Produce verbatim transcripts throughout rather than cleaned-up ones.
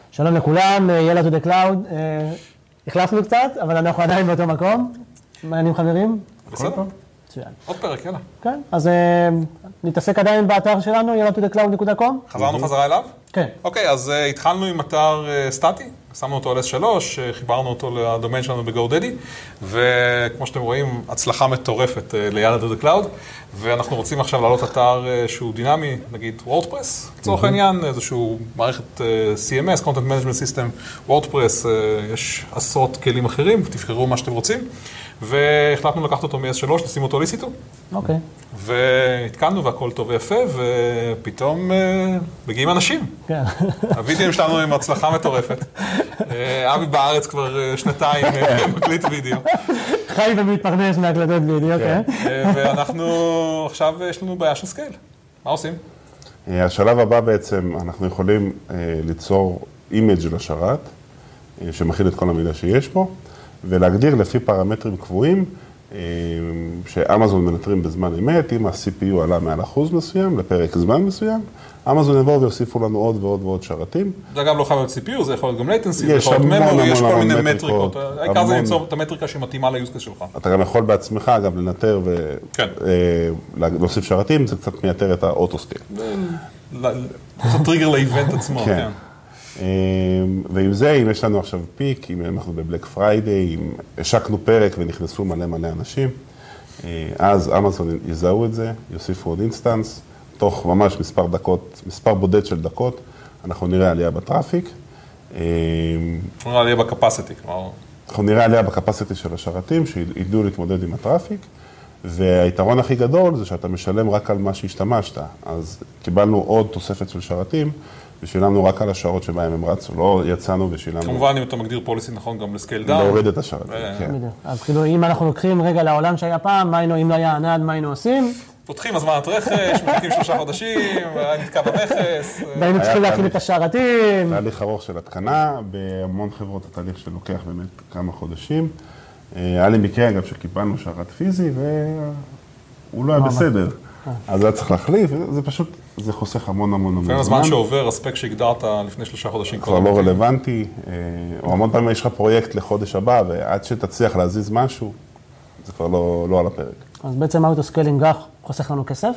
שלום לכולם, יאללה to the cloud. החלפנו קצת, אבל אנחנו עדיין באותו מקום. מעניינים חברים? בסדר. מצוין. עוד פרק, יאללה. כן, אז נתעסק עדיין באתר שלנו, יאללה to the cloud דוט קום. חזרנו חזרה אליו? כן. אוקיי, אז התחלנו עם אתר סטטי, שמנו אותו על אס שלוש, חיברנו אותו לדומיין שלנו ב-GoDaddy, וכמו שאתם רואים, הצלחה מטורפת ל-יאללה to the cloud, ואנחנו רוצים עכשיו לעלות אתר שהוא דינמי, נגיד וורדפרס, לצורך העניין, איזשהו מערכת סי אם אס, Content Management System, וורדפרס, יש עשרות כלים אחרים, תבחרו מה שאתם רוצים, והחלטנו לקחת אותו מ-אס שלוש, לשים אותו ל-סי טו. אוקיי. והתקנו והכל טוב ויפה, ופתאום מגיעים אנשים. כן. הוידאוים שלנו עם הצלחה מטורפת. אבי בארץ כבר שנתיים מקליט וידאו. חי ומתפרנס מהקלטות וידאו, כן. ואנחנו, עכשיו יש לנו בעיה של סקייל. מה עושים? השלב הבא בעצם, אנחנו יכולים ליצור אימג' לשרת, שמכיל את כל המידע שיש בו, ולהגדיר לפי פרמטרים קבועים, שאמזון מנטרים בזמן אמת, אם ה-סי פי יו עלה מעל אחוז מסוים, לפרק זמן מסוים, אמזון יבואו ויוסיפו לנו עוד ועוד ועוד שרתים. זה אגב לא חייב להיות סי פי יו, זה יכול להיות גם latency, זה יכול להיות memory, יש כל מיני מטריקות. העיקר זה למצוא את המטריקה שמתאימה ל-use case שלך. אתה גם יכול בעצמך גם לנטר ולהוסיף שרתים, זה קצת מייתר את האוטוסקייל. זה טריגר לאיבנט עצמו, כן. ועם זה, אם יש לנו עכשיו פיק, אם אנחנו בבלק פריידיי, אם השקנו פרק ונכנסו מלא מלא אנשים, אז אמזון יזהו את זה, יוסיפו עוד אינסטנס, תוך ממש מספר דקות, מספר בודד של דקות, אנחנו נראה עלייה בטראפיק. אנחנו נראה עלייה בקפסיטי, כלומר. אנחנו נראה עלייה בקפסיטי של השרתים, שידעו להתמודד עם הטראפיק, והיתרון הכי גדול זה שאתה משלם רק על מה שהשתמשת, אז קיבלנו עוד תוספת של שרתים, ושילמנו רק על השעות שבהם הם רצו, לא יצאנו ושילמנו. כמובן, אם אתה מגדיר פוליסי נכון, גם לסקייל דאון. להוריד את השרתים, כן. אז כאילו, אם אנחנו לוקחים רגע לעולם שהיה פעם, אם לא היה ענד, מה היינו עושים? פותחים הזמנת רכש, מחכים שלושה חודשים, נתקע במכס. והיינו צריכים להכין את השרתים. תהליך ארוך של התקנה, בהמון חברות התהליך שלוקח באמת כמה חודשים. היה לי מקרה, אגב, שקיבלנו שרת פיזי, והוא לא היה בסדר. אז היה צריך להחליף, זה פשוט, זה חוסך המון המון המון זמן. הזמן שעובר, הספק שהגדרת לפני שלושה חודשים. כבר לא רלוונטי, או המון פעמים יש לך פרויקט לחודש הבא, ועד שתצליח להזיז משהו, זה כבר לא על הפרק. אז בעצם האוטוסקיילינג חוסך לנו כסף,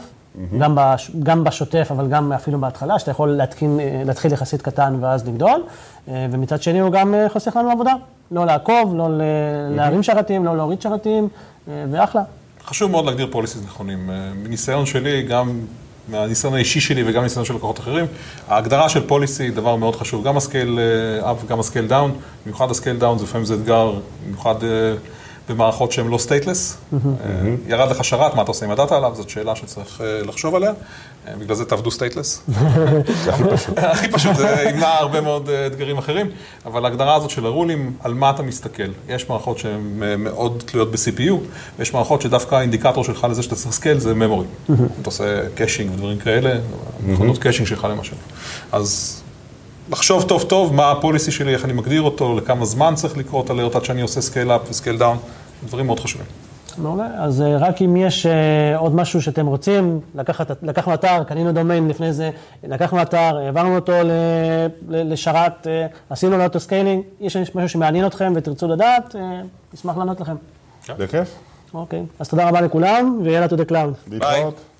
גם בשוטף, אבל גם אפילו בהתחלה, שאתה יכול להתחיל יחסית קטן ואז לגדול, ומצד שני הוא גם חוסך לנו עבודה. לא לעקוב, לא להרים שרתים, לא להוריד שרתים, ואחלה. חשוב מאוד להגדיר פוליסיס נכונים. מניסיון שלי, גם מהניסיון האישי שלי וגם מניסיון של לקוחות אחרים, ההגדרה של פוליסי היא דבר מאוד חשוב. גם הסקייל אפ וגם הסקייל דאון, במיוחד הסקייל דאון זה לפעמים זה אתגר, במיוחד במערכות שהן לא סטייטלס. ירד לך שרת, מה אתה עושה עם הדאטה עליו? זאת שאלה שצריך לחשוב עליה. בגלל זה תעבדו סטייטלס. זה הכי פשוט. הכי פשוט, זה ימנע הרבה מאוד אתגרים אחרים, אבל ההגדרה הזאת של הרולים, על מה אתה מסתכל? יש מערכות שהן מאוד תלויות ב-סי פי יו, ויש מערכות שדווקא האינדיקטור שלך לזה שאתה צריך סקייל זה memory. אתה עושה קאשינג ודברים כאלה, מכונות קאשינג שלך למשל. אז לחשוב טוב טוב מה הפוליסי שלי, איך אני מגדיר אותו, לכמה זמן צריך לקרות עליות עד שאני עושה סקייל אפ וסקייל דאון, דברים מאוד חשובים. מעולה, אז רק אם יש עוד משהו שאתם רוצים, לקחנו אתר, קנינו דומיין לפני זה, לקחנו אתר, העברנו אותו לשרת, עשינו לו אוטוסקיילינג, יש משהו שמעניין אתכם ותרצו לדעת, נשמח לענות לכם. בכיף. אוקיי, אז תודה רבה לכולם, ויאללה to the cloud. להתראות.